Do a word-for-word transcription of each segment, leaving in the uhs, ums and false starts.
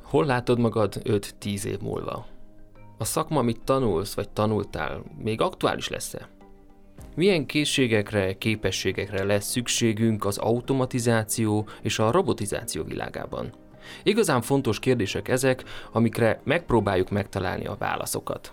Hol látod magad öt-tíz év múlva? A szakma, amit tanulsz vagy tanultál, még aktuális lesz-e? Milyen készségekre, képességekre lesz szükségünk az automatizáció és a robotizáció világában? Igazán fontos kérdések ezek, amikre megpróbáljuk megtalálni a válaszokat.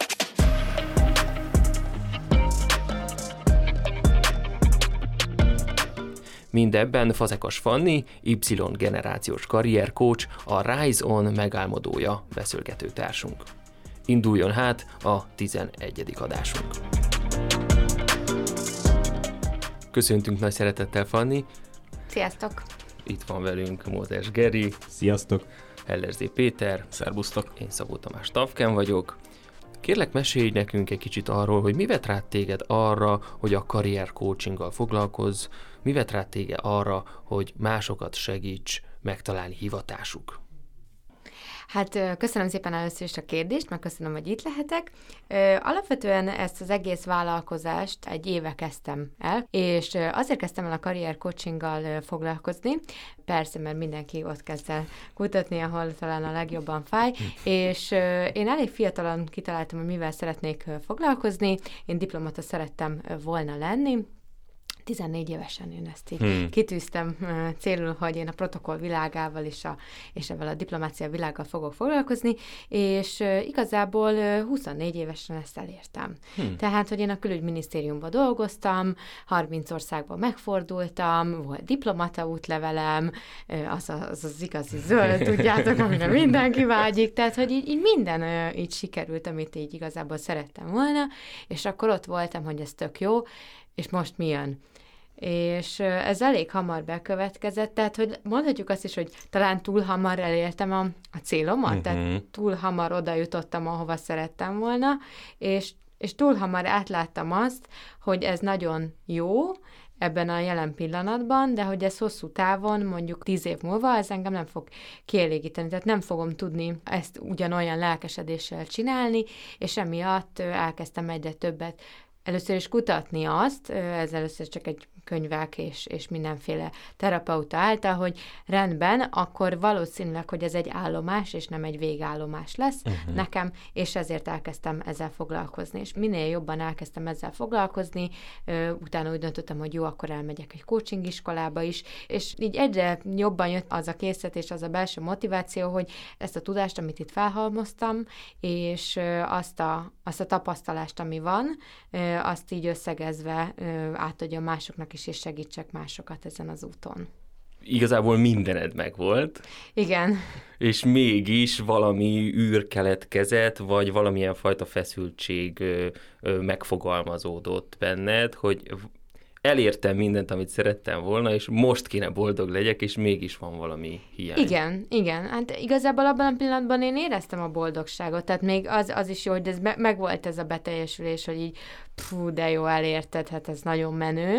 Mindebben Fazekas Fanni, Y-generációs karriercoach, a Rise On megálmodója, beszélgetőtársunk. Induljon hát a tizenegyedik adásunk. Köszöntünk nagy szeretettel, Fanni. Sziasztok! Itt van velünk Mózes Geri. Sziasztok! Ellerzé Péter. Szerbusztok! Én Szabó Tamás Tavken vagyok. Kérlek, mesélj nekünk egy kicsit arról, hogy mi vett rád téged arra, hogy a karrier coachinggal foglalkozz, mi vett rád téged arra, hogy másokat segíts megtalálni hivatásuk. Hát köszönöm szépen először is a kérdést, meg köszönöm, hogy itt lehetek. Alapvetően ezt az egész vállalkozást egy éve kezdtem el, és azért kezdtem el a karrier coachinggal foglalkozni, persze, mert mindenki ott kezd el kutatni, ahol talán a legjobban fáj, és én elég fiatalon kitaláltam, hogy mivel szeretnék foglalkozni, én diplomata szerettem volna lenni, tizennégy évesen én ezt így hmm. kitűztem uh, célul, hogy én a protokoll világával és, a, és ebben a diplomácia világgal fogok foglalkozni, és uh, igazából uh, huszonnégy évesen ezt elértem. Hmm. Tehát, hogy én a külügyminisztériumban dolgoztam, harminc országban megfordultam, volt diplomata útlevelem, uh, az, a, az az igazi zöld, tudjátok, amire mindenki vágyik, tehát, hogy így, így minden uh, így sikerült, amit így igazából szerettem volna, és akkor ott voltam, hogy ez tök jó, és most mi jön? És ez elég hamar bekövetkezett, tehát hogy mondhatjuk azt is, hogy talán túl hamar elértem a, a célomat, uh-huh. tehát túl hamar oda jutottam, ahova szerettem volna, és, és túl hamar átláttam azt, hogy ez nagyon jó ebben a jelen pillanatban, de hogy ez hosszú távon, mondjuk tíz év múlva, ez engem nem fog kielégíteni, tehát nem fogom tudni ezt ugyanolyan lelkesedéssel csinálni, és emiatt elkezdtem egyre többet először is kutatni azt, ez először csak egy könyvek és, és mindenféle terapeuta által, hogy rendben, akkor valószínűleg, hogy ez egy állomás, és nem egy végállomás lesz uh-huh. nekem, és ezért elkezdtem ezzel foglalkozni. És minél jobban elkezdtem ezzel foglalkozni, utána úgy döntöttem, hogy jó, akkor elmegyek egy coaching iskolába is, és így egyre jobban jött az a készlet és az a belső motiváció, hogy ezt a tudást, amit itt felhalmoztam, és azt a, azt a tapasztalást, ami van, azt így összegezve átadja másoknak is, és segítsek másokat ezen az úton. Igazából mindened megvolt. Igen. És mégis valami űr keletkezett, vagy valamilyen fajta feszültség ö, ö, megfogalmazódott benned, hogy elértem mindent, amit szerettem volna, és most kéne boldog legyek, és mégis van valami hiány. Igen, igen. Hát igazából abban a pillanatban én éreztem a boldogságot, tehát még az, az is jó, hogy ez me- megvolt ez a beteljesülés, hogy így pfú, de jó, elérted, hát ez nagyon menő,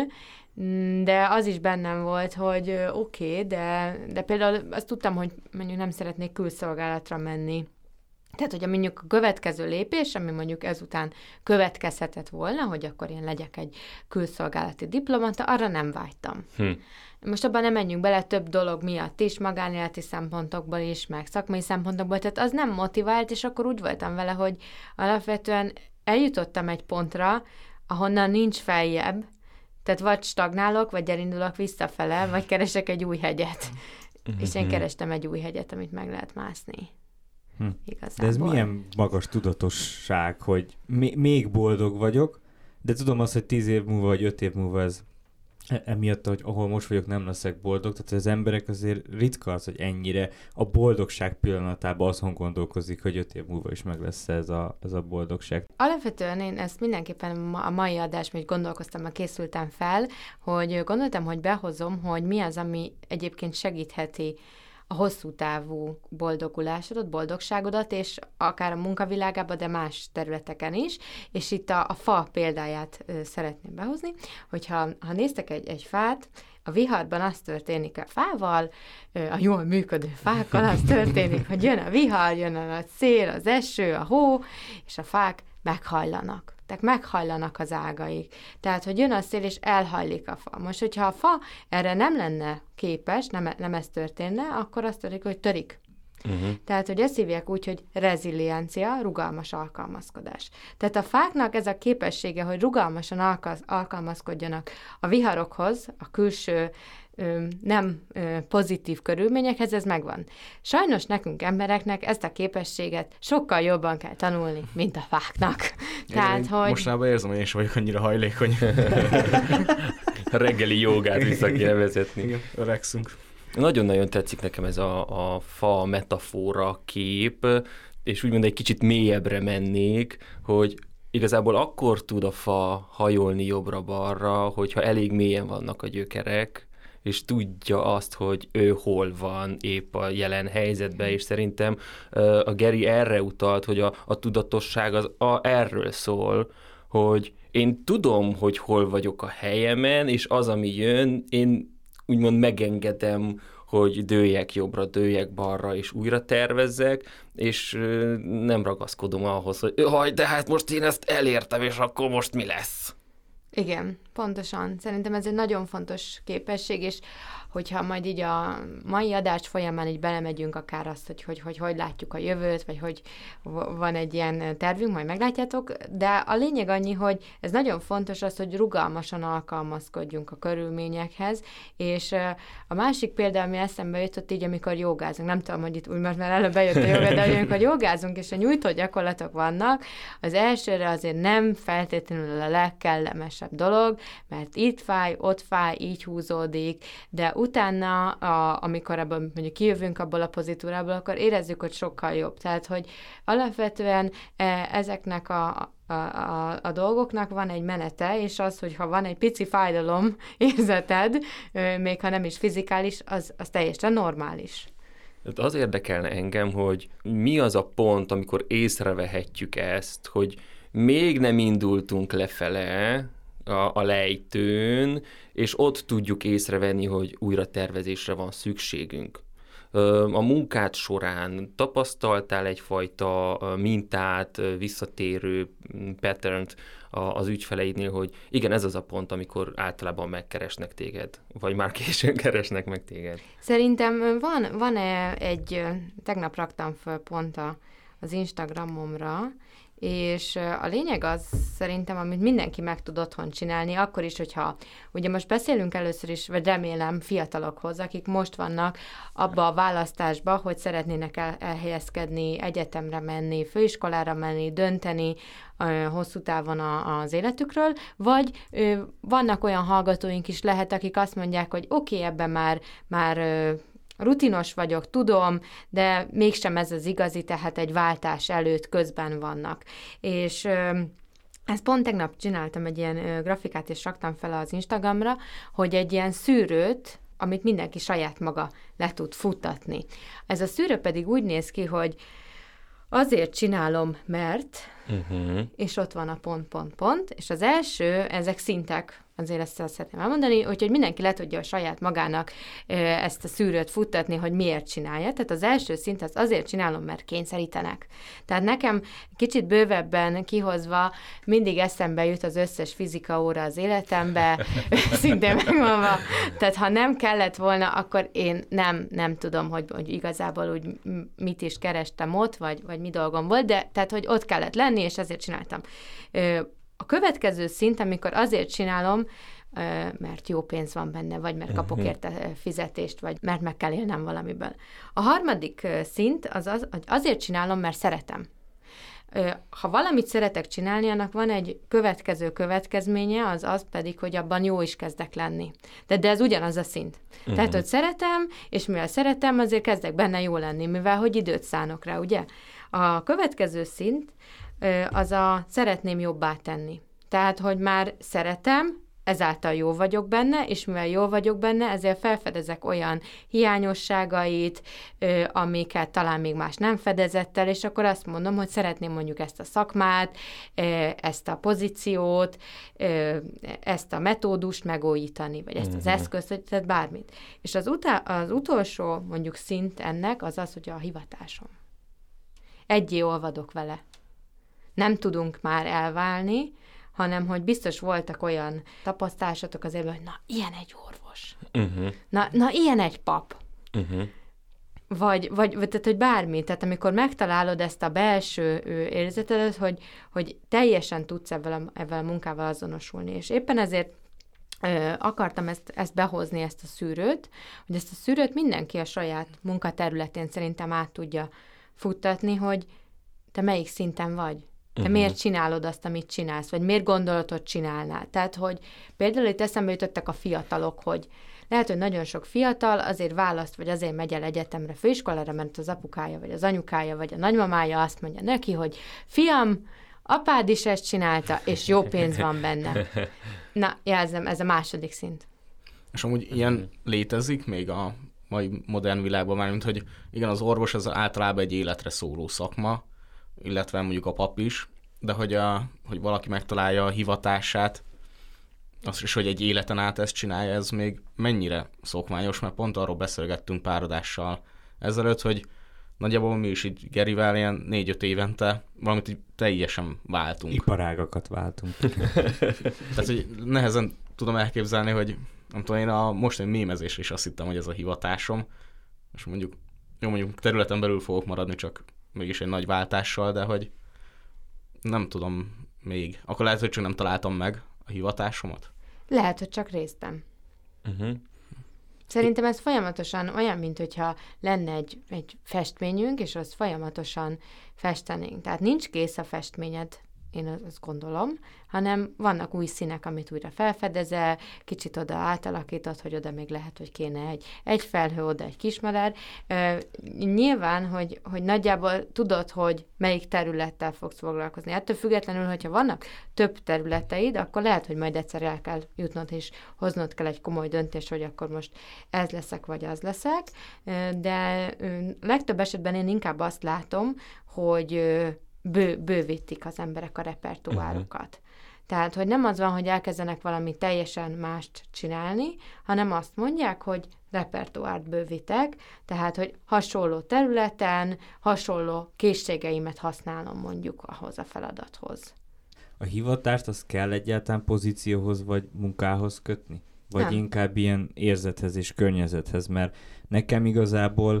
de az is bennem volt, hogy oké, okay, de, de például azt tudtam, hogy mondjuk nem szeretnék külszolgálatra menni. Tehát, hogy mondjuk a következő lépés, ami mondjuk ezután következhetett volna, hogy akkor én legyek egy külszolgálati diplomata, arra nem vágytam. Hm. Most abban nem menjünk bele több dolog miatt is, magánéleti szempontokból is, meg szakmai szempontokból, tehát az nem motivált, és akkor úgy voltam vele, hogy alapvetően eljutottam egy pontra, ahonnan nincs feljebb, tehát vagy stagnálok, vagy elindulok visszafele, vagy keresek egy új hegyet. Mm-hmm. És én kerestem egy új hegyet, amit meg lehet mászni. Hm. De ez milyen magas tudatosság, hogy m- még boldog vagyok, de tudom azt, hogy tíz év múlva, vagy öt év múlva ez emiatt, hogy ahol most vagyok, nem leszek boldog. Tehát az emberek azért ritka az, hogy ennyire a boldogság pillanatában azon gondolkozik, hogy öt év múlva is meg lesz ez a, ez a boldogság. Alapvetően én ezt mindenképpen a mai adásban, hogy gondolkoztam, mert készültem fel, hogy gondoltam, hogy behozom, hogy mi az, ami egyébként segítheti a hosszú távú boldogulásodat, boldogságodat, és akár a munkavilágában, de más területeken is, és itt a, a fa példáját ö, szeretném behozni, hogyha ha néztek egy, egy fát, a viharban az történik a fával, ö, a jól működő fákkal az történik, hogy jön a vihar, jön a szél, az eső, a hó, és a fák meghajlanak. Tehát meghajlanak az ágaik. Tehát, hogy jön a szél, és elhajlik a fa. Most, hogyha a fa erre nem lenne képes, nem, nem ez történne, akkor azt történik, hogy törik. Uh-huh. Tehát, hogy ezt hívják úgy, hogy reziliencia, rugalmas alkalmazkodás. Tehát a fáknak ez a képessége, hogy rugalmasan alkaz, alkalmazkodjanak a viharokhoz, a külső ö, nem ö, pozitív körülményekhez, ez megvan. Sajnos nekünk embereknek ezt a képességet sokkal jobban kell tanulni, mint a fáknak. Tehát, én hogy... mostanában érzem, hogy én sem vagyok annyira hajlékony. A reggeli jogát vissza kéne vezetni. Igen, öregszünk. Nagyon-nagyon tetszik nekem ez a, a fa metafora kép, és úgymond egy kicsit mélyebbre mennék, hogy igazából akkor tud a fa hajolni jobbra-balra, hogyha elég mélyen vannak a gyökerek, és tudja azt, hogy ő hol van épp a jelen helyzetben, és szerintem a Geri erre utalt, hogy a, a tudatosság az a, erről szól, hogy én tudom, hogy hol vagyok a helyemen, és az, ami jön, én úgymond megengedem, hogy dőljek jobbra, dőljek balra, és újra tervezzek, és nem ragaszkodom ahhoz, hogy haj, de hát most én ezt elértem, és akkor most mi lesz? Igen, pontosan. Szerintem ez egy nagyon fontos képesség, és hogyha majd így a mai adás folyamán így belemegyünk akár azt, hogy hogy, hogy hogy látjuk a jövőt, vagy hogy van egy ilyen tervünk, majd meglátjátok, de a lényeg annyi, hogy ez nagyon fontos az, hogy rugalmasan alkalmazkodjunk a körülményekhez, és a másik példa, ami eszembe jutott így, amikor jogázunk, nem tudom, hogy itt úgy most már előbb bejött a joga, de amikor jogázunk, és a nyújtó gyakorlatok vannak, az elsőre azért nem feltétlenül a legkellemesebb dolog, mert itt fáj, ott fáj, így húzódik, de utána, a, amikor abban, mondjuk kijövünk abból a pozitúrából, akkor érezzük, hogy sokkal jobb. Tehát, hogy alapvetően e, ezeknek a, a, a, a dolgoknak van egy menete, és az, hogyha van egy pici fájdalom érzeted, még ha nem is fizikális, az, az teljesen normális. Az érdekelne engem, hogy mi az a pont, amikor észrevehetjük ezt, hogy még nem indultunk lefele a, a lejtőn, és ott tudjuk észrevenni, hogy újra tervezésre van szükségünk. A munkád során tapasztaltál egyfajta mintát, visszatérő patternt az ügyfeleidnél, hogy igen, ez az a pont, amikor általában megkeresnek téged, vagy már későn keresnek meg téged? Szerintem van, van egy, tegnap raktam föl pont a, az Instagramomra, és a lényeg az szerintem, amit mindenki meg tud otthon csinálni, akkor is, hogyha ugye most beszélünk először is, vagy remélem fiatalokhoz, akik most vannak abba a választásba, hogy szeretnének el, elhelyezkedni, egyetemre menni, főiskolára menni, dönteni ö, hosszú távon a, az életükről, vagy ö, vannak olyan hallgatóink is lehet, akik azt mondják, hogy oké, okay, ebben már, már ö, rutinos vagyok, tudom, de mégsem ez az igazi, tehát egy váltás előtt közben vannak. És ö, ezt pont tegnap csináltam egy ilyen ö, grafikát, és raktam fel az Instagramra, hogy egy ilyen szűrőt, amit mindenki saját maga le tud futtatni. Ez a szűrő pedig úgy néz ki, hogy azért csinálom, mert, uh-huh. és ott van a pont, pont, pont, és az első, ezek szintek, azért ezt el szeretném elmondani, úgyhogy mindenki le tudja a saját magának ezt a szűrőt futtatni, hogy miért csinálja. Tehát az első szint az azért csinálom, mert kényszerítenek. Tehát nekem kicsit bővebben kihozva mindig eszembe jut az összes fizika óra az életembe, szintén megmondva. Tehát ha nem kellett volna, akkor én nem, nem tudom, hogy, hogy igazából úgy mit is kerestem ott, vagy, vagy mi dolgom volt, de tehát, hogy ott kellett lenni, és ezért csináltam. A következő szint, amikor azért csinálom, mert jó pénz van benne, vagy mert kapok érte fizetést, vagy mert meg kell élnem valamiből. A harmadik szint az, az hogy azért csinálom, mert szeretem. Ha valamit szeretek csinálni, annak van egy következő következménye, az az pedig, hogy abban jó is kezdek lenni. De, de ez ugyanaz a szint. Uh-huh. Tehát, hogy szeretem, és mivel szeretem, azért kezdek benne jó lenni, mivel hogy időt szánok rá, ugye? A következő szint az a szeretném jobbá tenni. Tehát, hogy már szeretem, ezáltal jó vagyok benne, és mivel jó vagyok benne, ezért felfedezek olyan hiányosságait, amiket talán még más nem fedezett el, és akkor azt mondom, hogy szeretném mondjuk ezt a szakmát, ezt a pozíciót, ezt a metódust megújítani, vagy ezt az eszközt, tehát bármit. És az, utá- az utolsó mondjuk szint ennek az az, hogy a hivatásom. Egyé olvadok vele. Nem tudunk már elválni, hanem hogy biztos voltak olyan tapasztalásatok azért, hogy na, ilyen egy orvos. Uh-huh. Na, na, ilyen egy pap. Uh-huh. vagy, vagy, vagy tehát, hogy bármi, tehát amikor megtalálod ezt a belső érzetedet, hogy, hogy teljesen tudsz ebben a, ebben a munkával azonosulni, és éppen ezért ö, akartam ezt, ezt behozni, ezt a szűrőt, hogy ezt a szűrőt mindenki a saját munkaterületén szerintem át tudja futtatni, hogy te melyik szinten vagy. Te uh-huh. miért csinálod azt, amit csinálsz, vagy miért gondolod, hogy csinálnál. Tehát, hogy például itt eszembe jutottak a fiatalok, hogy lehet, hogy nagyon sok fiatal azért választ, vagy azért megy el egyetemre, főiskolára, mert az apukája, vagy az anyukája, vagy a nagymamája azt mondja neki, hogy fiam, apád is ezt csinálta, és jó pénz van benne. Na, jelzem, ez a második szint. És amúgy ilyen létezik még a mai modern világban már, mint hogy igen, az orvos az általában egy életre szóló szakma, illetve mondjuk a pap is, de hogy, a, hogy valaki megtalálja a hivatását, azt is, hogy egy életen át ezt csinálja, ez még mennyire szokványos, mert pont arról beszélgettünk pár adással ezelőtt, hogy nagyjából mi is így Gerivel ilyen négy-öt évente valamit így teljesen váltunk. Iparágakat váltunk. Tehát, hogy nehezen tudom elképzelni, hogy nem tudom, én a mostani mémezésre is azt hittem, hogy ez a hivatásom, és mondjuk, jó, mondjuk területen belül fogok maradni, csak mégis egy nagy váltással, de hogy nem tudom még. Akkor lehet, hogy csak nem találtam meg a hivatásomat? Lehet, hogy csak részben. Uh-huh. Szerintem ez folyamatosan olyan, mint hogyha lenne egy, egy festményünk, és azt folyamatosan festenénk. Tehát nincs kész a festményed, én azt gondolom, hanem vannak új színek, amit újra felfedezel, kicsit oda átalakítod, hogy oda még lehet, hogy kéne egy, egy felhő, oda egy kismadár. Uh, nyilván, hogy, hogy nagyjából tudod, hogy melyik területtel fogsz foglalkozni. Ettől függetlenül, hogyha vannak több területeid, akkor lehet, hogy majd egyszer el kell jutnod, és hoznod kell egy komoly döntést, hogy akkor most ez leszek, vagy az leszek. Uh, de uh, legtöbb esetben én inkább azt látom, hogy uh, Bő, bővítik az emberek a repertoárokat. Uh-huh. Tehát, hogy nem az van, hogy elkezdenek valami teljesen mást csinálni, hanem azt mondják, hogy repertoárt bővítek, tehát, hogy hasonló területen, hasonló készségeimet használom mondjuk ahhoz a feladathoz. A hivatást azt kell egyáltalán pozícióhoz vagy munkához kötni? Vagy nem. Inkább ilyen érzethez és környezethez? Mert nekem igazából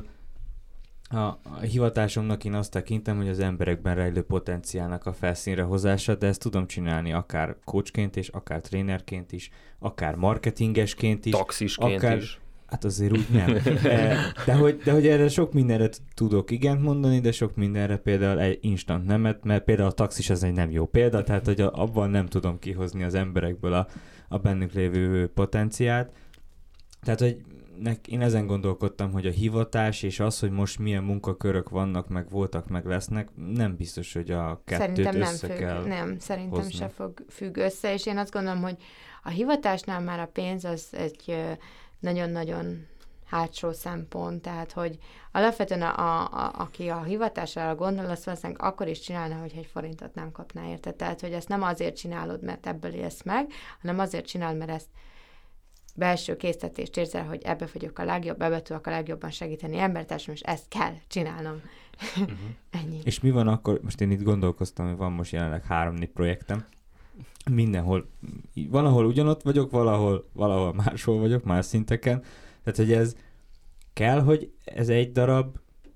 A, a hivatásomnak én azt tekintem, hogy az emberekben rejlő potenciálnak a felszínre hozása, de ezt tudom csinálni akár coachként is, akár trénerként is, akár marketingesként is. Taxisként akár, is. Hát azért úgy nem. De, de, hogy, de hogy erre sok mindenre tudok igent mondani, de sok mindenre például egy instant nemet, mert például a taxis az egy nem jó példa, tehát hogy abban nem tudom kihozni az emberekből a, a bennük lévő potenciált. Tehát, hogy én ezen gondolkodtam, hogy a hivatás és az, hogy most milyen munkakörök vannak, meg voltak, meg lesznek, nem biztos, hogy a kettőt szerintem össze nem kell függ, Nem, szerintem hozni. se fog függ össze, és én azt gondolom, hogy a hivatásnál már a pénz az egy nagyon-nagyon hátsó szempont, tehát, hogy alapvetően a, a, a, aki a hivatásra gondol, azt valószínűleg akkor is csinálna, hogy egy forintot nem kapná érte. Tehát, hogy ezt nem azért csinálod, mert ebből élsz meg, hanem azért csinálod, mert ezt belső késztetést érzel, hogy ebbe vagyok a legjobb, ebbe tudok a legjobban segíteni embertársam, és ezt kell csinálnom. Uh-huh. Ennyi. És mi van akkor, most én itt gondolkoztam, hogy van most jelenleg három-négy projektem, mindenhol, valahol ugyanott vagyok, valahol, valahol máshol vagyok, más szinteken, tehát hogy ez kell, hogy ez egy darab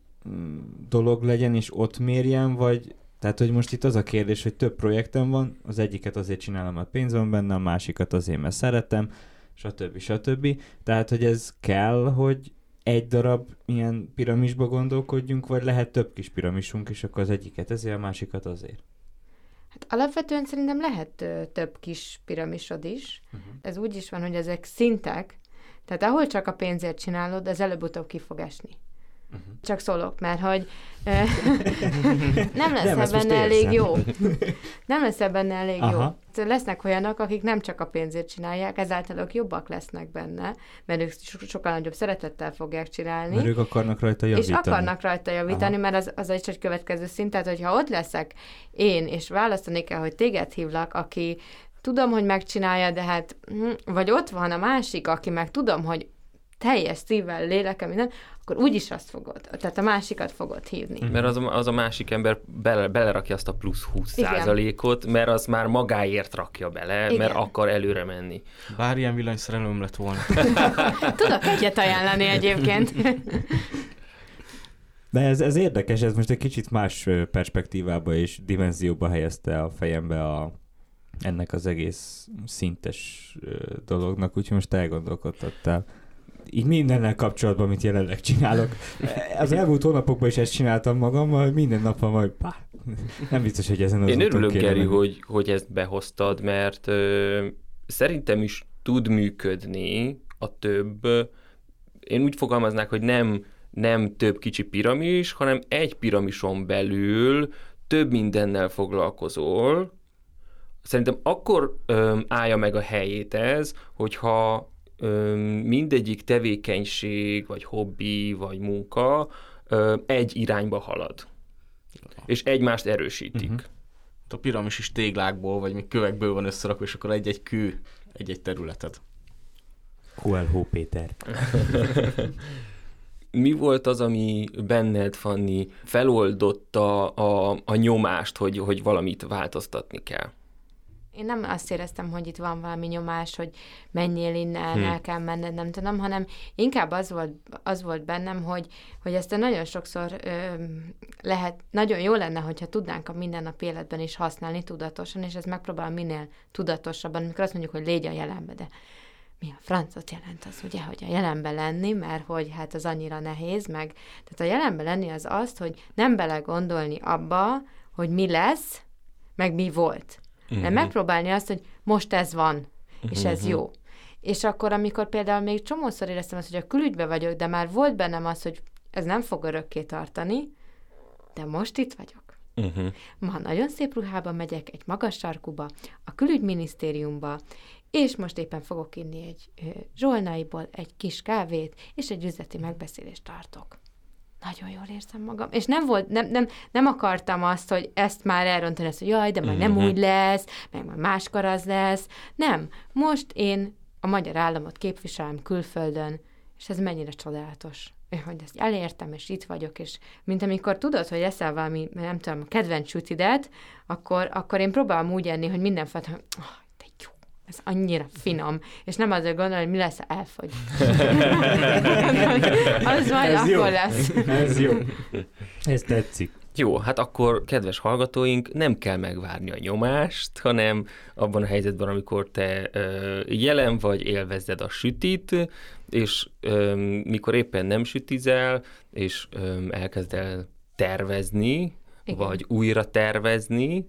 dolog legyen, és ott mérjen, vagy tehát, hogy most itt az a kérdés, hogy több projektem van, az egyiket azért csinálom, mert pénz van benne, a másikat azért, mert szeretem, stb. stb. Tehát, hogy ez kell, hogy egy darab ilyen piramisba gondolkodjunk, vagy lehet több kis piramisunk, és akkor az egyiket ezért, a másikat azért? Hát alapvetően szerintem lehet ö, több kis piramisod is. Uh-huh. Ez úgy is van, hogy ezek szintek, tehát ahol csak a pénzért csinálod, az előbb-utóbb ki fog esni. Uh-huh. Csak szólok, mert hogy nem lesz benne elég jó. Nem lesz benne elég Aha. jó. Lesznek olyanok, akik nem csak a pénzért csinálják, ezáltal ők jobbak lesznek benne, mert ők so- sokkal nagyobb szeretettel fogják csinálni. Mert ők akarnak rajta javítani. És akarnak rajta javítani, Aha. mert az, az egy következő szint. Tehát, hogyha ott leszek én, és választani kell, hogy téged hívlak, aki tudom, hogy megcsinálja, de hát, vagy ott van a másik, aki meg tudom, hogy teljes szívvel, lélekkel, minden, akkor úgyis azt fogod, tehát a másikat fogod hívni. Mert az a, az a másik ember bele, belerakja azt a plusz húsz százalékot, mert az már magáért rakja bele, Igen. mert akar előre menni. Bár ilyen villanyszerelőm lett volna. Tudok egyet ajánlani egyébként. De ez, ez érdekes, ez most egy kicsit más perspektívába és dimenzióba helyezte a fejembe a, ennek az egész szintes dolognak, úgyhogy most elgondolkodtattál. Így mindennel kapcsolatban, amit jelenleg csinálok. Az elmúlt hónapokban is ezt csináltam magammal, minden nap van majd, pá, nem biztos, hogy ezen az Én örülök, Geri, hogy, hogy ezt behoztad, mert ö, szerintem is tud működni a több. Én úgy fogalmaznák, hogy nem, nem több kicsi piramis, hanem egy piramison belül több mindennel foglalkozol. Szerintem akkor ö, állja meg a helyét ez, hogyha ö, mindegyik tevékenység, vagy hobbi, vagy munka ö, egy irányba halad. És egymást erősítik. Uh-huh. A piramis is téglákból, vagy még kövekből van összerakva, és akkor egy-egy kő, egy-egy területet. Coelho Péter. Mi volt az, ami benned, Fanni, feloldotta a, a nyomást, hogy, hogy valamit változtatni kell? Én nem azt éreztem, hogy itt van valami nyomás, hogy menjél innen, hmm. el kell menned, nem tudom, hanem inkább az volt, az volt bennem, hogy, hogy ezt nagyon sokszor ö, lehet, nagyon jó lenne, hogyha tudnánk a mindennapi életben is használni tudatosan, és ez megpróbálom minél tudatosabban, amikor azt mondjuk, hogy légy a jelenbe, de mi a francot jelent az, ugye, hogy a jelenben lenni, mert hogy hát az annyira nehéz, meg tehát a jelenben lenni az azt, hogy nem belegondolni abba, hogy mi lesz, meg mi volt. Uh-huh. Mert megpróbálni azt, hogy most ez van, uh-huh. és ez jó. És akkor, amikor például még csomószor éreztem azt, hogy a külügyben vagyok, de már volt bennem az, hogy ez nem fog örökké tartani, de most itt vagyok. Uh-huh. Ma nagyon szép ruhában megyek, egy magas sarkuba, a külügyminisztériumba, és most éppen fogok inni egy ö, zsolnaiból egy kis kávét, és egy üzleti megbeszélést tartok. Nagyon jól érzem magam. És nem volt, nem, nem, nem akartam azt, hogy ezt már elrontani, azt, hogy jaj, de már nem úgy lesz, meg már máskor az lesz. Nem. Most én a magyar államot képviselem külföldön, és ez mennyire csodálatos. Hogy ezt elértem, és itt vagyok, és mint amikor tudod, hogy eszel valami, nem tudom, a kedvenc sütidet, akkor, akkor én próbálom úgy enni, hogy mindenféle, hogy oh, de jó, ez annyira finom, és nem azért gondolom, hogy mi lesz, ha elfogy. Az majd ez akkor jó. lesz. Ez jó. Ez tetszik. Jó, hát akkor, kedves hallgatóink, nem kell megvárni a nyomást, hanem abban a helyzetben, amikor te ö, jelen vagy, élvezded a sütit, és ö, mikor éppen nem sütizel, és ö, elkezd el tervezni, igen. vagy újra tervezni,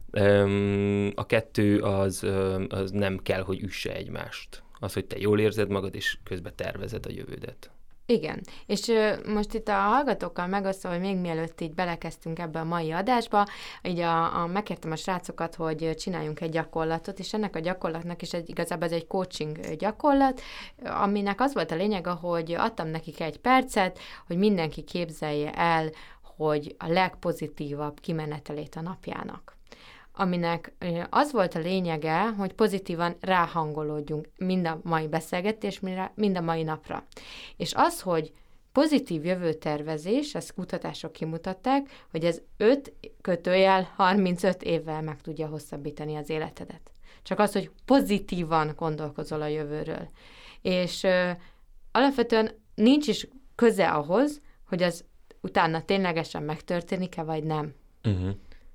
ö, a kettő az, ö, az nem kell, hogy üsse egymást. Az, hogy te jól érzed magad, és közben tervezed a jövődet. Igen, és uh, most itt a hallgatókkal megosztva, hogy még mielőtt így belekezdtünk ebbe a mai adásba, így a, a, megkértem a srácokat, hogy csináljunk egy gyakorlatot, és ennek a gyakorlatnak is egy, igazából ez egy coaching gyakorlat, aminek az volt a lényege, hogy adtam nekik egy percet, hogy mindenki képzelje el, hogy a legpozitívabb kimenetelét a napjának, aminek az volt a lényege, hogy pozitívan ráhangolódjunk mind a mai beszélgetésre, mind a mai napra. És az, hogy pozitív jövőtervezés, ezt kutatások kimutatták, hogy ez öt kötőjel harmincöt évvel meg tudja hosszabbítani az életedet. Csak az, hogy pozitívan gondolkozol a jövőről. És ö, alapvetően nincs is köze ahhoz, hogy az utána ténylegesen megtörténik-e, vagy nem. Uh-huh.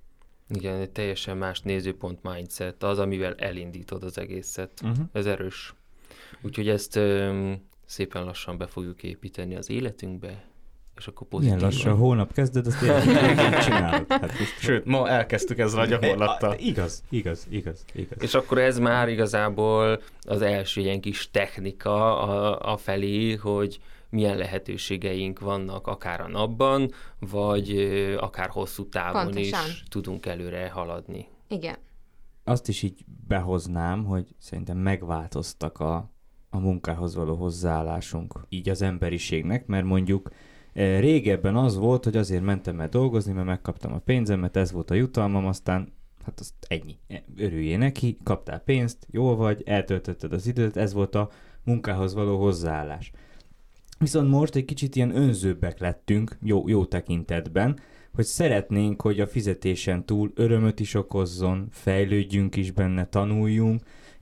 Igen, egy teljesen más nézőpont, mindset, az, amivel elindítod az egészet. Uh-huh. Ez erős. Úgyhogy ezt öm, szépen lassan be fogjuk építeni az életünkbe, és akkor pozitívan. Ilyen lassan, hónap kezded, azt én csinálod. Hát sőt, ma elkezdtük ezzel a gyakorlattal. Igaz, igaz, igaz, igaz. És akkor ez már igazából az első ilyen kis technika a, a felé, hogy milyen lehetőségeink vannak akár a napban, vagy ö, akár hosszú távon Pontosan. is tudunk előre haladni. Igen. Azt is így behoznám, hogy szerintem megváltoztak a, a munkához való hozzáállásunk így az emberiségnek, mert mondjuk régebben az volt, hogy azért mentem el dolgozni, mert megkaptam a pénzemet, ez volt a jutalmam, aztán hát azt ennyi. Örüljél neki, kaptál pénzt, jól vagy, eltöltötted az időt, ez volt a munkához való hozzáállás. Viszont most egy kicsit ilyen önzőbbek lettünk, jó, jó tekintetben, hogy szeretnénk, hogy a fizetésen túl örömöt is okozzon, fejlődjünk is benne, tanuljunk,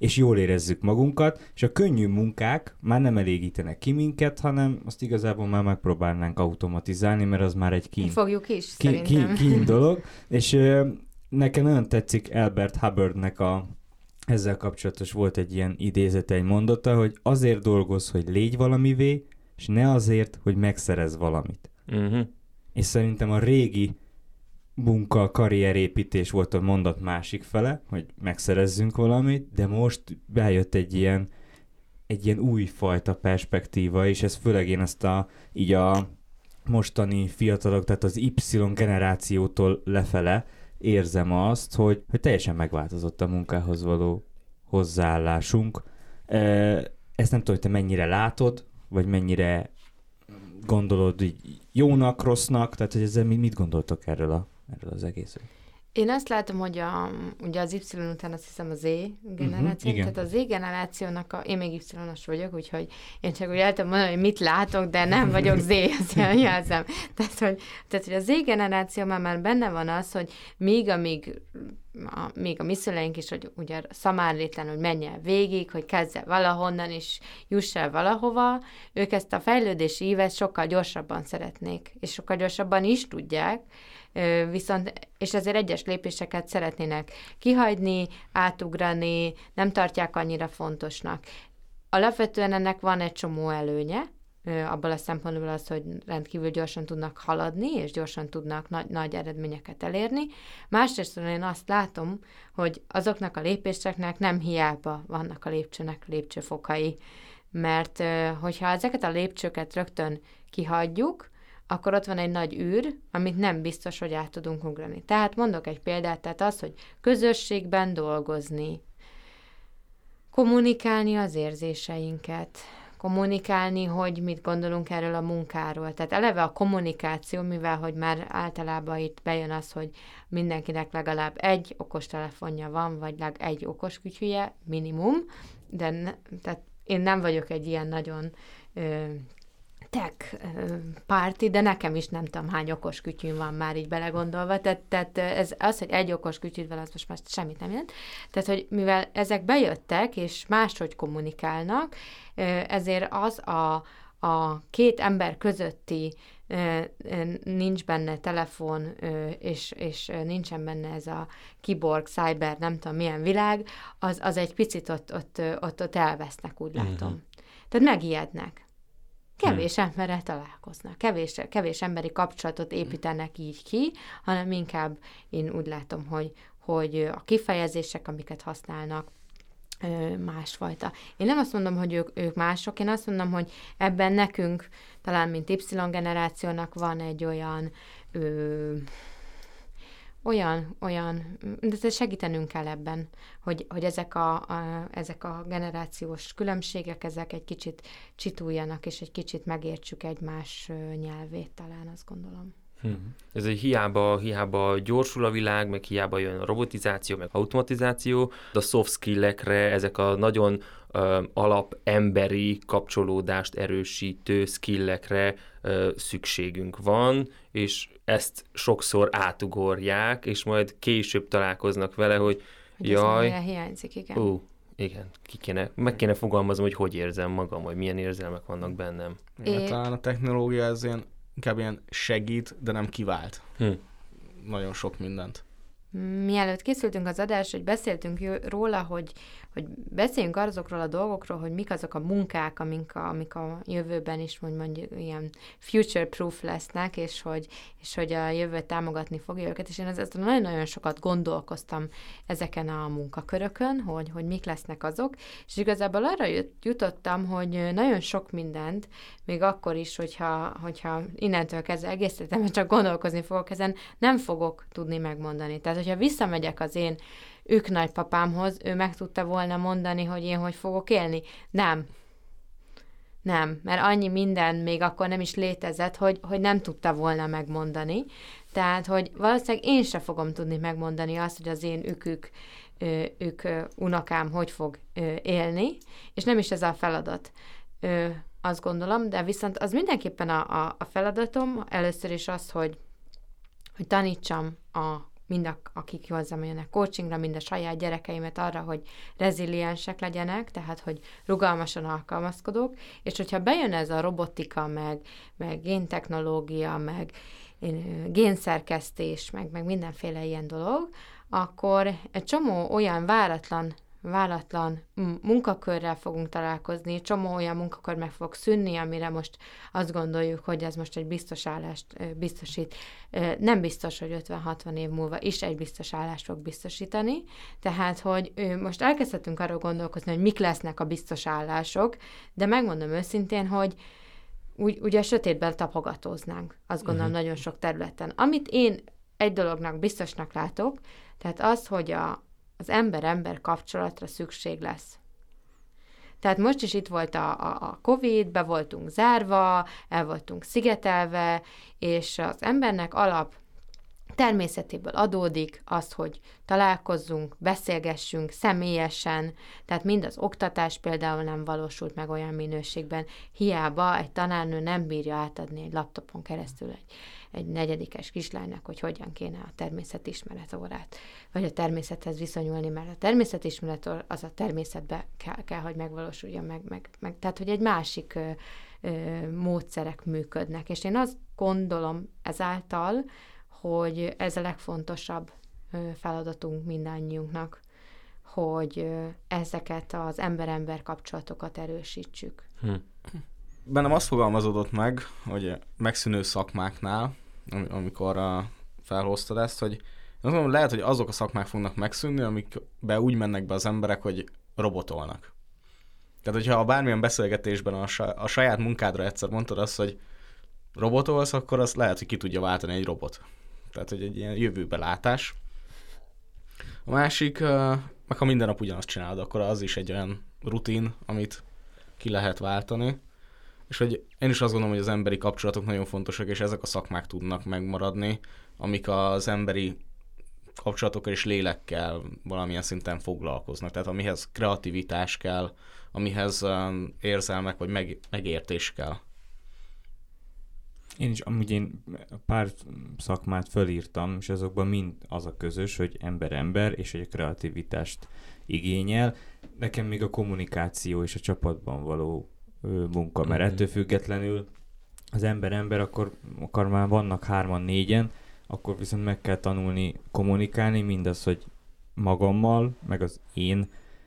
és jól érezzük magunkat, és a könnyű munkák már nem elégítenek ki minket, hanem azt igazából már megpróbálnánk automatizálni, mert az már egy kín, Fogjuk is, kín, kín, kín dolog, és ö, nekem nagyon tetszik Albert Hubbardnek a ezzel kapcsolatos volt egy ilyen idézete, egy mondata, hogy azért dolgozz, hogy légy valamivé, és ne azért, hogy megszerezz valamit. Uh-huh. És szerintem a régi munka, karrierépítés volt a mondat másik fele, hogy megszerezzünk valamit, de most bejött egy ilyen, egy ilyen újfajta perspektíva, és ez főleg én ezt a, így a mostani fiatalok, tehát az Y generációtól lefele érzem azt, hogy, hogy teljesen megváltozott a munkához való hozzáállásunk. Ezt nem tudom, hogy te mennyire látod, vagy mennyire gondolod így jónak, rossznak, tehát hogy ezzel mit gondoltok erről, a, erről az egészről? Én azt látom, hogy a, ugye az Y után azt hiszem a Z generáció, uh-huh, tehát a Z generációnak, a, én még Y-os vagyok, úgyhogy én csak úgy el tudom mondani, hogy mit látok, de nem vagyok Z, azt jelzem. Tehát hogy, tehát, hogy a Z generáció már, már benne van az, hogy míg, amíg a, még a mi szüleink is, hogy ugye szamárlétlen, hogy menj el végig, hogy kezdj el valahonnan, és juss el valahova, ők ezt a fejlődési ívet sokkal gyorsabban szeretnék, és sokkal gyorsabban is tudják, viszont, és ezért egyes lépéseket szeretnének kihagyni, átugrani, nem tartják annyira fontosnak. Alapvetően ennek van egy csomó előnye, abból a szempontból az, hogy rendkívül gyorsan tudnak haladni, és gyorsan tudnak nagy, nagy eredményeket elérni. Másrészt én azt látom, hogy azoknak a lépéseknek nem hiába vannak a lépcsőnek lépcsőfokai, mert hogyha ezeket a lépcsőket rögtön kihagyjuk, akkor ott van egy nagy űr, amit nem biztos, hogy át tudunk ugrani. Tehát mondok egy példát, tehát az, hogy közösségben dolgozni, kommunikálni az érzéseinket, kommunikálni, hogy mit gondolunk erről a munkáról. Tehát eleve a kommunikáció, mivel hogy már általában itt bejön az, hogy mindenkinek legalább egy okostelefonja van, vagy legalább egy okoskütyűje, minimum, de ne, tehát én nem vagyok egy ilyen nagyon ö, tech párti, de nekem is nem tudom hány okos kütyűm van már így belegondolva, tehát, tehát ez, az, hogy egy okos kütyűd van, az most már semmit nem jelent. Tehát, hogy mivel ezek bejöttek, és máshogy kommunikálnak, ezért az a, a két ember közötti nincs benne telefon, és, és nincsen benne ez a kiborg, cyber, nem tudom milyen világ, az, az egy picit ott, ott, ott, ott elvesznek, úgy látom. Uh-huh. Tehát megijednek. Kevés hmm. emberrel találkoznak, kevés, kevés emberi kapcsolatot építenek így ki, hanem inkább én úgy látom, hogy, hogy a kifejezések, amiket használnak, másfajta. Én nem azt mondom, hogy ők, ők mások, én azt mondom, hogy ebben nekünk, talán mint Y generációnak van egy olyan ö, olyan, olyan, de segítenünk kell ebben, hogy, hogy ezek, a, a, ezek a generációs különbségek, ezek egy kicsit csituljanak, és egy kicsit megértsük egymás nyelvét, talán azt gondolom. Hmm. Ez egy hiába, hiába gyorsul a világ, meg hiába jön a robotizáció, meg automatizáció, de a soft skill-ekre, ezek a nagyon uh, alap emberi kapcsolódást erősítő skillekre uh, szükségünk van, és ezt sokszor átugorják, és majd később találkoznak vele, hogy, hogy jaj, ez hiányzik, igen. Ú, igen, ki kéne, meg kéne fogalmaznom, hogy hogy érzem magam, vagy milyen érzelmek vannak bennem. É... Talán a technológia ez ilyen, inkább ilyen segít, de nem kivált. Hm. Nagyon sok mindent. Mielőtt készültünk az adásra, hogy beszéltünk róla, hogy, hogy beszéljünk azokról a dolgokról, hogy mik azok a munkák, amik a, amik a jövőben is mondjuk ilyen future-proof lesznek, és hogy, és hogy a jövő támogatni fogja őket, és én ezzel nagyon-nagyon sokat gondolkoztam ezeken a munkakörökön, hogy, hogy mik lesznek azok, és igazából arra jutottam, hogy nagyon sok mindent, még akkor is, hogyha, hogyha innentől kezdve egész életemben csak gondolkozni fogok ezen, nem fogok tudni megmondani. Tehát, hogyha visszamegyek az én ők nagypapámhoz, ő meg tudta volna mondani, hogy én hogy fogok élni? Nem. Nem, mert annyi minden még akkor nem is létezett, hogy, hogy nem tudta volna megmondani. Tehát, hogy valószínűleg én sem fogom tudni megmondani azt, hogy az én ükük, ők unokám hogy fog élni, és nem is ez a feladat. Azt gondolom, de viszont az mindenképpen a, a, a feladatom először is az, hogy, hogy tanítsam a mind a, akik hozzám jönnek coachingra, mind a saját gyerekeimet arra, hogy reziliensek legyenek, tehát hogy rugalmasan alkalmazkodók, és hogyha bejön ez a robotika, meg, meg géntechnológia, meg génszerkesztés, meg, meg mindenféle ilyen dolog, akkor egy csomó olyan váratlan váratlan munkakörrel fogunk találkozni, csomó olyan munkakör meg fog szűnni, amire most azt gondoljuk, hogy ez most egy biztos állást biztosít. Nem biztos, hogy ötven-hatvan év múlva is egy biztos állást fog biztosítani, tehát, hogy most elkezdhetünk arról gondolkozni, hogy mik lesznek a biztos állások, de megmondom őszintén, hogy úgy, ugye a sötétben tapogatóznánk, azt gondolom uh-huh. nagyon sok területen. Amit én egy dolognak biztosnak látok, tehát az, hogy a az ember-ember kapcsolatra szükség lesz. Tehát most is itt volt a, a, a Covid, be voltunk zárva, el voltunk szigetelve, és az embernek alap természetéből adódik az, hogy találkozzunk, beszélgessünk személyesen, tehát mind az oktatás például nem valósult meg olyan minőségben, hiába egy tanárnő nem bírja átadni egy laptopon keresztül egy, egy negyedikes kislánynak, hogy hogyan kéne a természetismeret órát, vagy a természethez viszonyulni, mert a természetismeret az a természetbe kell, kell hogy megvalósuljon meg, meg, meg. Tehát, hogy egy másik ö, ö, módszerek működnek. És én azt gondolom ezáltal, hogy ez a legfontosabb feladatunk mindannyiunknak, hogy ezeket az ember-ember kapcsolatokat erősítsük. Hm. Bennem azt fogalmazódott meg, hogy megszűnő szakmáknál, amikor felhoztad ezt, hogy azt mondom, lehet, hogy azok a szakmák fognak megszűnni, amikbe úgy mennek be az emberek, hogy robotolnak. Tehát, hogyha a bármilyen beszélgetésben a, saj- a saját munkádra egyszer mondtad azt, hogy robotolsz, akkor azt lehet, hogy ki tudja váltani egy robot. Tehát, hogy egy ilyen jövőbe látás. A másik, meg ha minden nap ugyanazt csinálod, akkor az is egy olyan rutin, amit ki lehet váltani. És hogy én is azt gondolom, hogy az emberi kapcsolatok nagyon fontosak, és ezek a szakmák tudnak megmaradni, amik az emberi kapcsolatokkal és lélekkel valamilyen szinten foglalkoznak. Tehát amihez kreativitás kell, amihez érzelmek vagy meg, megértés kell. Én is amúgy én pár szakmát fölírtam, és azokban mind az a közös, hogy ember-ember, és hogy a kreativitást igényel. Nekem még a kommunikáció és a csapatban való ö, munka, mert ettől függetlenül az ember-ember, akkor, akkor már vannak hárman, négyen, akkor viszont meg kell tanulni kommunikálni, mindaz, hogy magammal, meg az én,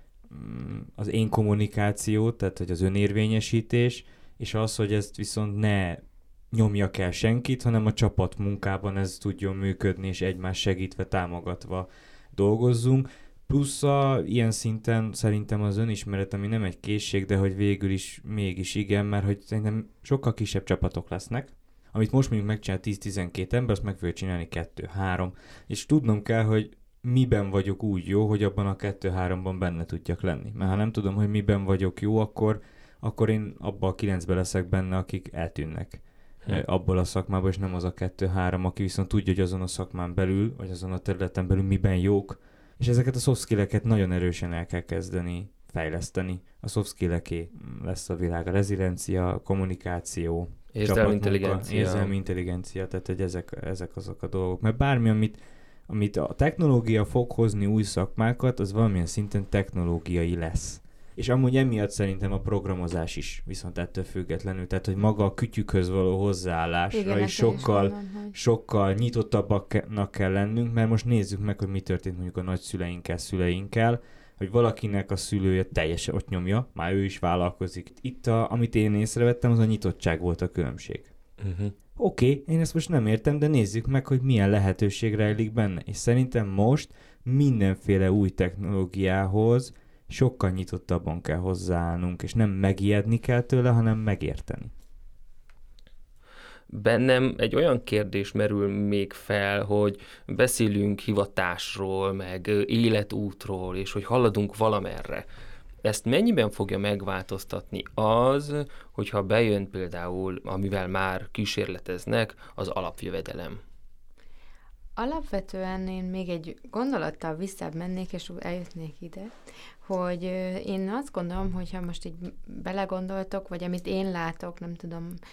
az én kommunikáció, tehát hogy az önérvényesítés, és az, hogy ezt viszont ne nyomjak el senkit, hanem a csapat munkában ez tudjon működni, és egymás segítve, támogatva dolgozzunk. Plusz a, ilyen szinten szerintem az önismeret, ami nem egy készség, de hogy végül is mégis igen, mert hogy szerintem sokkal kisebb csapatok lesznek, amit most mondjuk megcsinál tíz-tizenkét ember, azt meg fogja csinálni kettő-három, és tudnom kell, hogy miben vagyok úgy jó, hogy abban a kettő-háromban benne tudjak lenni. Mert ha nem tudom, hogy miben vagyok jó, akkor, akkor én abban a kilencben leszek benne, akik eltűnnek. Hmm. abból a szakmából, és nem az a kettő-három, aki viszont tudja, hogy azon a szakmán belül, vagy azon a területen belül miben jók, és ezeket a soft skill-eket nagyon erősen el kell kezdeni fejleszteni. A soft skill-eké lesz a világ, a reziliencia, a kommunikáció, érzelmi intelligencia. Érzelmi intelligencia, tehát hogy ezek, ezek azok a dolgok. Mert bármi, amit, amit a technológia fog hozni új szakmákat, az valamilyen szinten technológiai lesz. És amúgy emiatt szerintem a programozás is viszont ettől függetlenül, tehát hogy maga a kütyükhöz való hozzáállásra igen, is sokkal, is mondom, sokkal nyitottabbaknak kell lennünk, mert most nézzük meg, hogy mi történt mondjuk a nagyszüleinkkel, szüleinkkel, hogy valakinek a szülője teljesen ott nyomja, már ő is vállalkozik. Itt, a, amit én észrevettem, az a nyitottság volt a különbség. Uh-huh. Oké, okay, én ezt most nem értem, de nézzük meg, hogy milyen lehetőség rejlik benne. És szerintem most mindenféle új technológiához sokkal nyitottabban kell hozzáállnunk, és nem megijedni kell tőle, hanem megérteni. Bennem egy olyan kérdés merül még fel, hogy beszélünk hivatásról, meg életútról, és hogy haladunk valamerre. Ezt mennyiben fogja megváltoztatni az, hogyha bejön például, amivel már kísérleteznek, az alapjövedelem? Alapvetően én még egy gondolattal visszább mennék, és eljutnék ide, hogy én azt gondolom, hogyha most így belegondoltok, vagy amit én látok, nem tudom,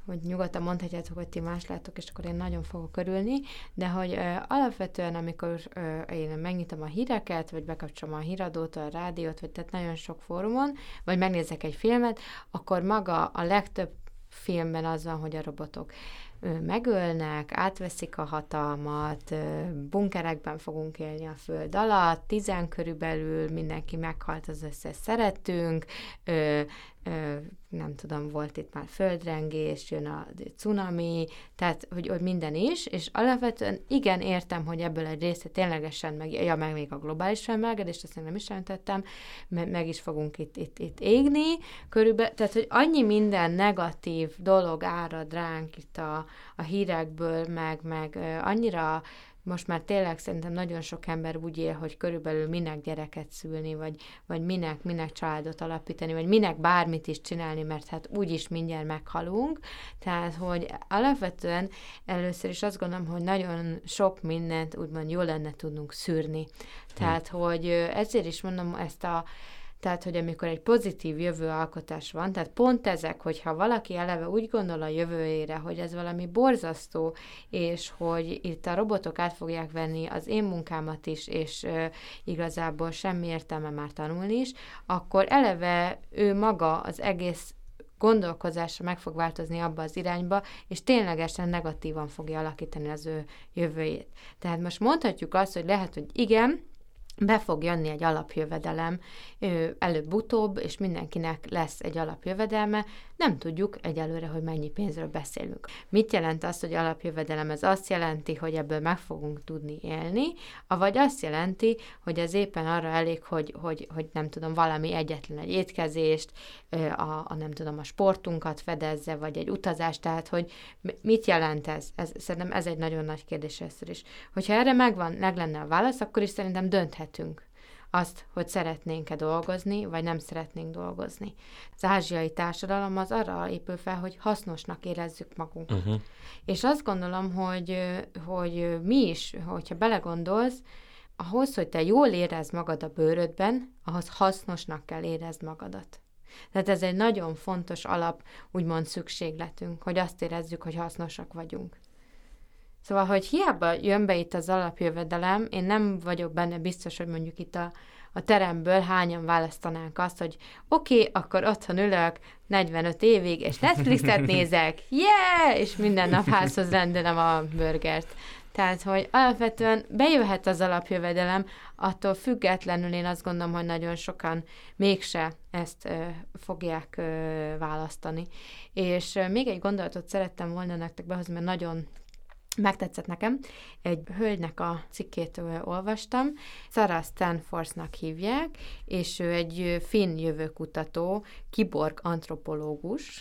hogy nyugodtan mondhatjátok, hogy ti más látok, és akkor én nagyon fogok örülni, de hogy ö, alapvetően, amikor ö, én megnyitom a híreket, vagy bekapcsolom a híradót, a rádiót, vagy tehát nagyon sok fórumon, vagy megnézek egy filmet, akkor maga a legtöbb filmben az van, hogy a robotok ö, megölnek, átveszik a hatalmat, ö, bunkerekben fogunk élni a föld alatt, tizen körülbelül mindenki meghalt, az összes szeretünk, ö, ö, nem tudom, volt itt már földrengés, jön a cunami, tehát, hogy, hogy minden is, és alapvetően igen, értem, hogy ebből egy része ténylegesen, meg, ja, meg még a globális felmelegedést, azt én nem is jelentettem, meg, meg is fogunk itt, itt, itt égni, körülbelül, tehát, hogy annyi minden negatív dolog árad ránk itt a, a hírekből, meg, meg annyira most már tényleg szerintem nagyon sok ember úgy él, hogy körülbelül minek gyereket szülni, vagy, vagy minek, minek családot alapítani, vagy minek bármit is csinálni, mert hát úgyis mindjárt meghalunk. Tehát, hogy alapvetően először is azt gondolom, hogy nagyon sok mindent úgymond jól lenne tudnunk szűrni. Tehát, hmm. hogy ezért is mondom ezt a Tehát, hogy amikor egy pozitív jövőalkotás van, tehát pont ezek, hogyha valaki eleve úgy gondol a jövőjére, hogy ez valami borzasztó, és hogy itt a robotok át fogják venni az én munkámat is, és uh, igazából semmi értelme már tanulni is, akkor eleve ő maga az egész gondolkozása meg fog változni abba az irányba, és ténylegesen negatívan fogja alakítani az ő jövőjét. Tehát most mondhatjuk azt, hogy lehet, hogy igen, be fog jönni egy alapjövedelem előbb-utóbb, és mindenkinek lesz egy alapjövedelme, nem tudjuk egyelőre, hogy mennyi pénzről beszélünk. Mit jelent az, hogy alapjövedelem? Ez azt jelenti, hogy ebből meg fogunk tudni élni, avagy azt jelenti, hogy ez éppen arra elég, hogy, hogy, hogy nem tudom, valami egyetlen egy étkezést, a, a nem tudom, a sportunkat fedezze, vagy egy utazást, tehát, hogy mit jelent ez? ez szerintem ez egy nagyon nagy kérdés először is. Hogyha erre megvan, meg lenne a válasz, akkor is szerintem dönthetünk azt, hogy szeretnénk-e dolgozni, vagy nem szeretnénk dolgozni. Az ázsiai társadalom az arra épül fel, hogy hasznosnak érezzük magunkat. Uh-huh. És azt gondolom, hogy, hogy mi is, hogyha belegondolsz, ahhoz, hogy te jól érezd magad a bőrödben, ahhoz hasznosnak kell érezd magadat. Tehát ez egy nagyon fontos alap, úgymond szükségletünk, hogy azt érezzük, hogy hasznosak vagyunk. Szóval, hogy hiába jön be itt az alapjövedelem, én nem vagyok benne biztos, hogy mondjuk itt a, a teremből hányan választanánk azt, hogy oké, okay, akkor otthon ülök negyvenöt évig, és Netflixet nézek, yeah! És minden nap házhoz rendelem a burgert. Tehát, hogy alapvetően bejöhet az alapjövedelem, attól függetlenül én azt gondolom, hogy nagyon sokan mégse ezt ö, fogják ö, választani. És ö, még egy gondolatot szerettem volna nektek behozni, mert nagyon megtetszett nekem. Egy hölgynek a cikkét olvastam, Sarah Stanforthnak hívják, és ő egy finn jövőkutató, kiborg antropológus,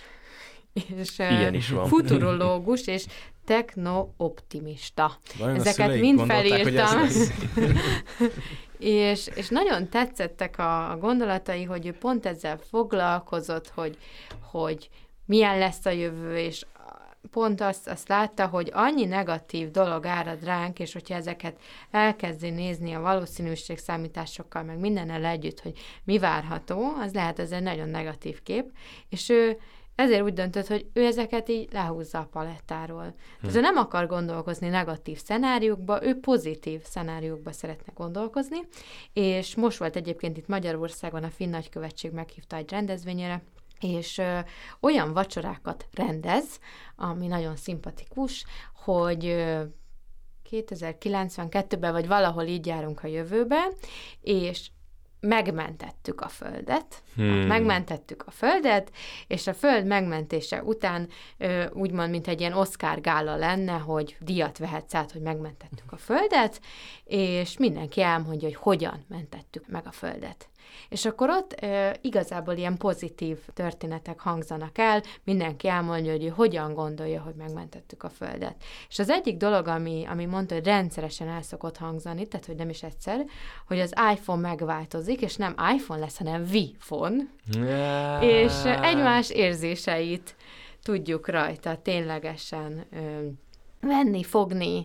és futurológus, és techno-optimista. Vajon ezeket mind felírtam. és, és nagyon tetszettek a, a gondolatai, hogy ő pont ezzel foglalkozott, hogy, hogy milyen lesz a jövő, és pont azt, azt látta, hogy annyi negatív dolog árad ránk, és hogyha ezeket elkezdi nézni a valószínűségszámításokkal, meg mindennel együtt, hogy mi várható, az lehet ez egy nagyon negatív kép, és ő ezért úgy döntött, hogy ő ezeket így lehúzza a palettáról. Hm. Tehát ő nem akar gondolkozni negatív szenáriókba, ő pozitív szenáriókba szeretne gondolkozni, és most volt egyébként itt Magyarországon a Finn Nagykövetség meghívta egy rendezvényére, és ö, olyan vacsorákat rendez, ami nagyon szimpatikus, hogy ö, kétezer-kilencvenkettőben vagy valahol így járunk a jövőbe, és megmentettük a Földet, hmm. megmentettük a Földet, és a Föld megmentése után ö, úgymond, mint egy ilyen Oscar gála lenne, hogy díjat vehetsz át, hogy megmentettük a Földet, és mindenki elmondja, hogy hogyan mentettük meg a Földet. És akkor ott ö, igazából ilyen pozitív történetek hangzanak el, mindenki elmondja, hogy ő hogyan gondolja, hogy megmentettük a Földet. És az egyik dolog, ami, ami mondta, hogy rendszeresen el szokott hangzani, tehát hogy nem is egyszer, hogy az iPhone megváltozik, és nem iPhone lesz, hanem V-phone, yeah. és egymás érzéseit tudjuk rajta ténylegesen ö, venni, fogni,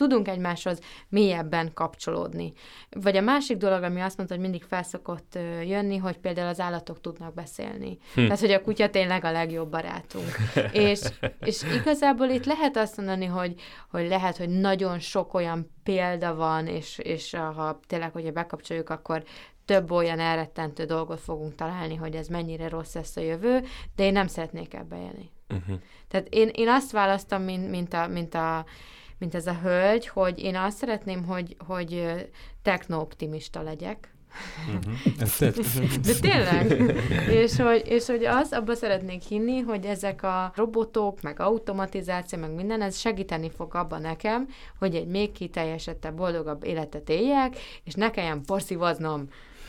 tudunk egymáshoz mélyebben kapcsolódni. Vagy a másik dolog, ami azt mondta, hogy mindig felszokott jönni, hogy például az állatok tudnak beszélni. Hm. Tehát, hogy a kutya tényleg a legjobb barátunk. és, és igazából itt lehet azt mondani, hogy, hogy lehet, hogy nagyon sok olyan példa van, és, és ha tényleg, hogyha bekapcsoljuk, akkor több olyan elrettentő dolgot fogunk találni, hogy ez mennyire rossz lesz a jövő, de én nem szeretnék ebbe élni. Uh-huh. Tehát én, én azt választom, mint, mint, a, mint, a, mint ez a hölgy, hogy én azt szeretném, hogy, hogy techno-optimista legyek. Uh-huh. De tényleg. és, hogy, és hogy az, abban szeretnék hinni, hogy ezek a robotok, meg automatizáció, meg minden, ez segíteni fog abban nekem, hogy egy még kiteljesettebb, boldogabb életet éljek, és ne kelljen porszívaznom.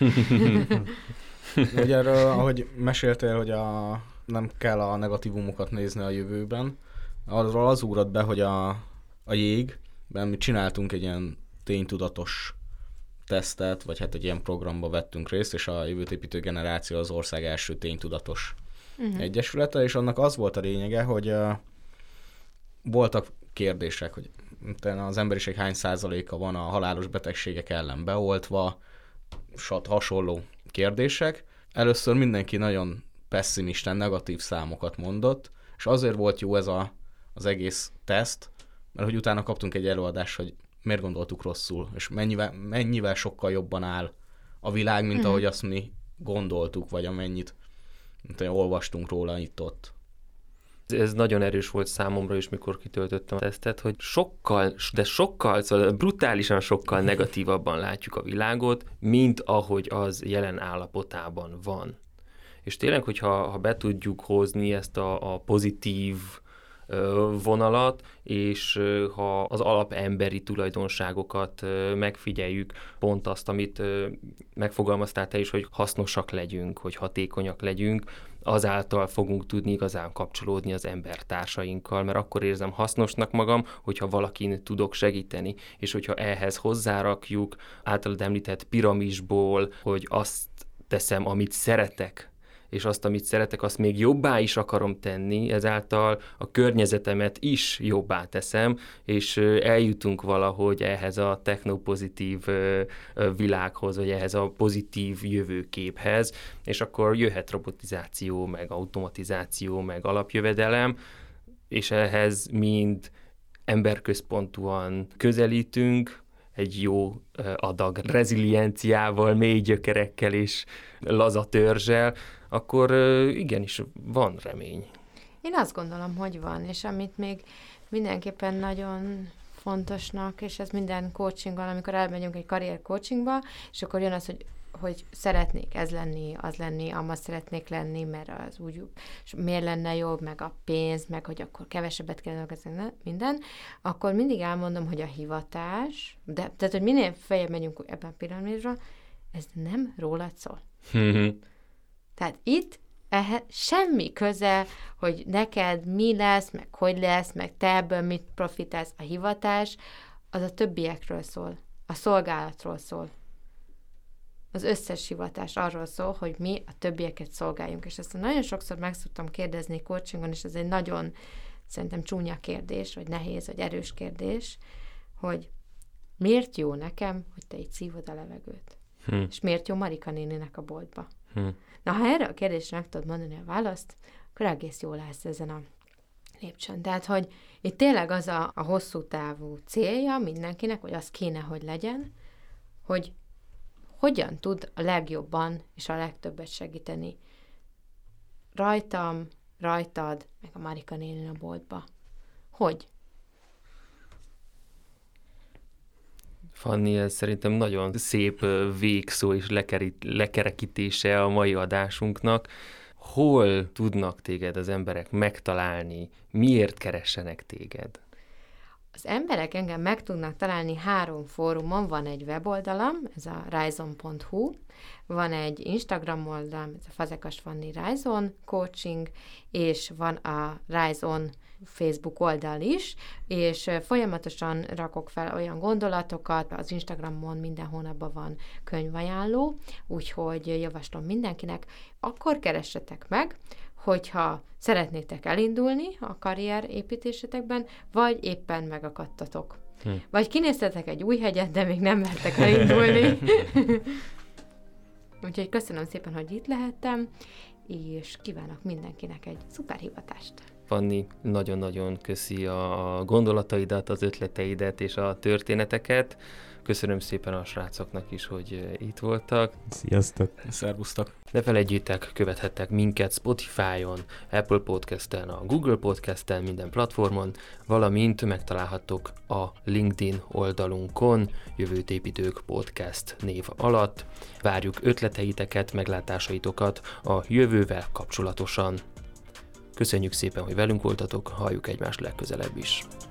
Ugye erről, ahogy meséltél, hogy a, nem kell a negatívumokat nézni a jövőben, arról az ugrott be, hogy a, a jégben mi csináltunk egy ilyen ténytudatos tesztet, vagy hát egy ilyen programba vettünk részt, és a Jövőt építő generáció az ország első ténytudatos uh-huh. egyesülete, és annak az volt a lényege, hogy uh, voltak kérdések, hogy az emberiség hány százaléka van a halálos betegségek ellen beoltva, sat hasonló kérdések. Először mindenki nagyon pessimisten, negatív számokat mondott, és azért volt jó ez a, az egész teszt, mert hogy utána kaptunk egy előadást, hogy miért gondoltuk rosszul, és mennyivel, mennyivel sokkal jobban áll a világ, mint mm. ahogy azt mi gondoltuk, vagy amennyit mint ahogy olvastunk róla itt-ott. Ez nagyon erős volt számomra is, mikor kitöltöttem a tesztet, hogy sokkal, de sokkal, szóval brutálisan sokkal negatívabban látjuk a világot, mint ahogy az jelen állapotában van. És tényleg, hogyha ha be tudjuk hozni ezt a, a pozitív vonalat, és ha az alapemberi tulajdonságokat megfigyeljük, pont azt, amit megfogalmaztál te is, hogy hasznosak legyünk, hogy hatékonyak legyünk, azáltal fogunk tudni igazán kapcsolódni az embertársainkkal, mert akkor érzem hasznosnak magam, hogyha valakin tudok segíteni, és hogyha ehhez hozzárakjuk általad említett piramisból, hogy azt teszem, amit szeretek, és azt, amit szeretek, azt még jobbá is akarom tenni, ezáltal a környezetemet is jobbá teszem, és eljutunk valahogy ehhez a technopozitív világhoz, vagy ehhez a pozitív jövőképhez, és akkor jöhet robotizáció, meg automatizáció, meg alapjövedelem, és ehhez mind emberközpontúan közelítünk, egy jó adag rezilienciával, mély gyökerekkel és laza törzsel, akkor igenis van remény. Én azt gondolom, hogy van, és amit még mindenképpen nagyon fontosnak, és ez minden coachingban, amikor elmegyünk egy karrier coachingba, és akkor jön az, hogy hogy szeretnék ez lenni, az lenni, amaz szeretnék lenni, mert az úgy, és miért lenne jobb, meg a pénz, meg hogy akkor kevesebbet kell dolgozni, minden, akkor mindig elmondom, hogy a hivatás, de, tehát, hogy minél feljebb megyünk ebben a piramisra, ez nem rólad szól. Tehát itt ehhez semmi köze, hogy neked mi lesz, meg hogy lesz, meg te ebből mit profitálsz. A hivatás, az a többiekről szól, a szolgálatról szól. Az összes hivatás arról szól, hogy mi a többieket szolgáljunk. És ezt nagyon sokszor meg szoktam kérdezni coachingon, és ez egy nagyon szerintem csúnya kérdés, vagy nehéz, vagy erős kérdés, hogy miért jó nekem, hogy te így szívod a levegőt? Hm. És miért jó Marika néninek a boltba? Hm. Na, ha erre a kérdésre meg tudod mondani a választ, akkor egész jól állsz ezen a lépcsőn. Tehát, hogy itt tényleg az a, a hosszú távú célja mindenkinek, vagy az kéne, hogy legyen, hogy hogyan tud a legjobban és a legtöbbet segíteni rajtam, rajtad, meg a Marika nénin a boltba. Hogy? Fanni, ez szerintem nagyon szép végszó és lekerít, lekerekítése a mai adásunknak. Hol tudnak téged az emberek megtalálni? Miért keressenek téged? Az emberek engem meg tudnak találni három fórumon, van egy weboldalam, ez a Rizon pont hu, van egy Instagram oldalam, ez a Fazekas Fanni Rizon Coaching, és van a Rizon Facebook oldal is, és folyamatosan rakok fel olyan gondolatokat, az Instagramon minden hónapban van könyvajánló, úgyhogy javaslom mindenkinek, akkor keressetek meg, hogyha szeretnétek elindulni a karrier építésetekben, vagy éppen megakadtatok. Hm. Vagy kinéztetek egy új hegyet, de még nem mertek elindulni. Úgyhogy köszönöm szépen, hogy itt lehettem, és kívánok mindenkinek egy szuper hivatást. Fanni, nagyon-nagyon köszi a gondolataidat, az ötleteidet és a történeteket. Köszönöm szépen a srácoknak is, hogy itt voltak. Sziasztok! Szervusztok! Ne felejtjétek, követhettek minket Spotify-on, Apple Podcast-en, a Google Podcast-en, minden platformon, valamint megtalálhattok a LinkedIn oldalunkon, Jövőt építők podcast név alatt. Várjuk ötleteiteket, meglátásaitokat a jövővel kapcsolatosan. Köszönjük szépen, hogy velünk voltatok, halljuk egymást legközelebb is.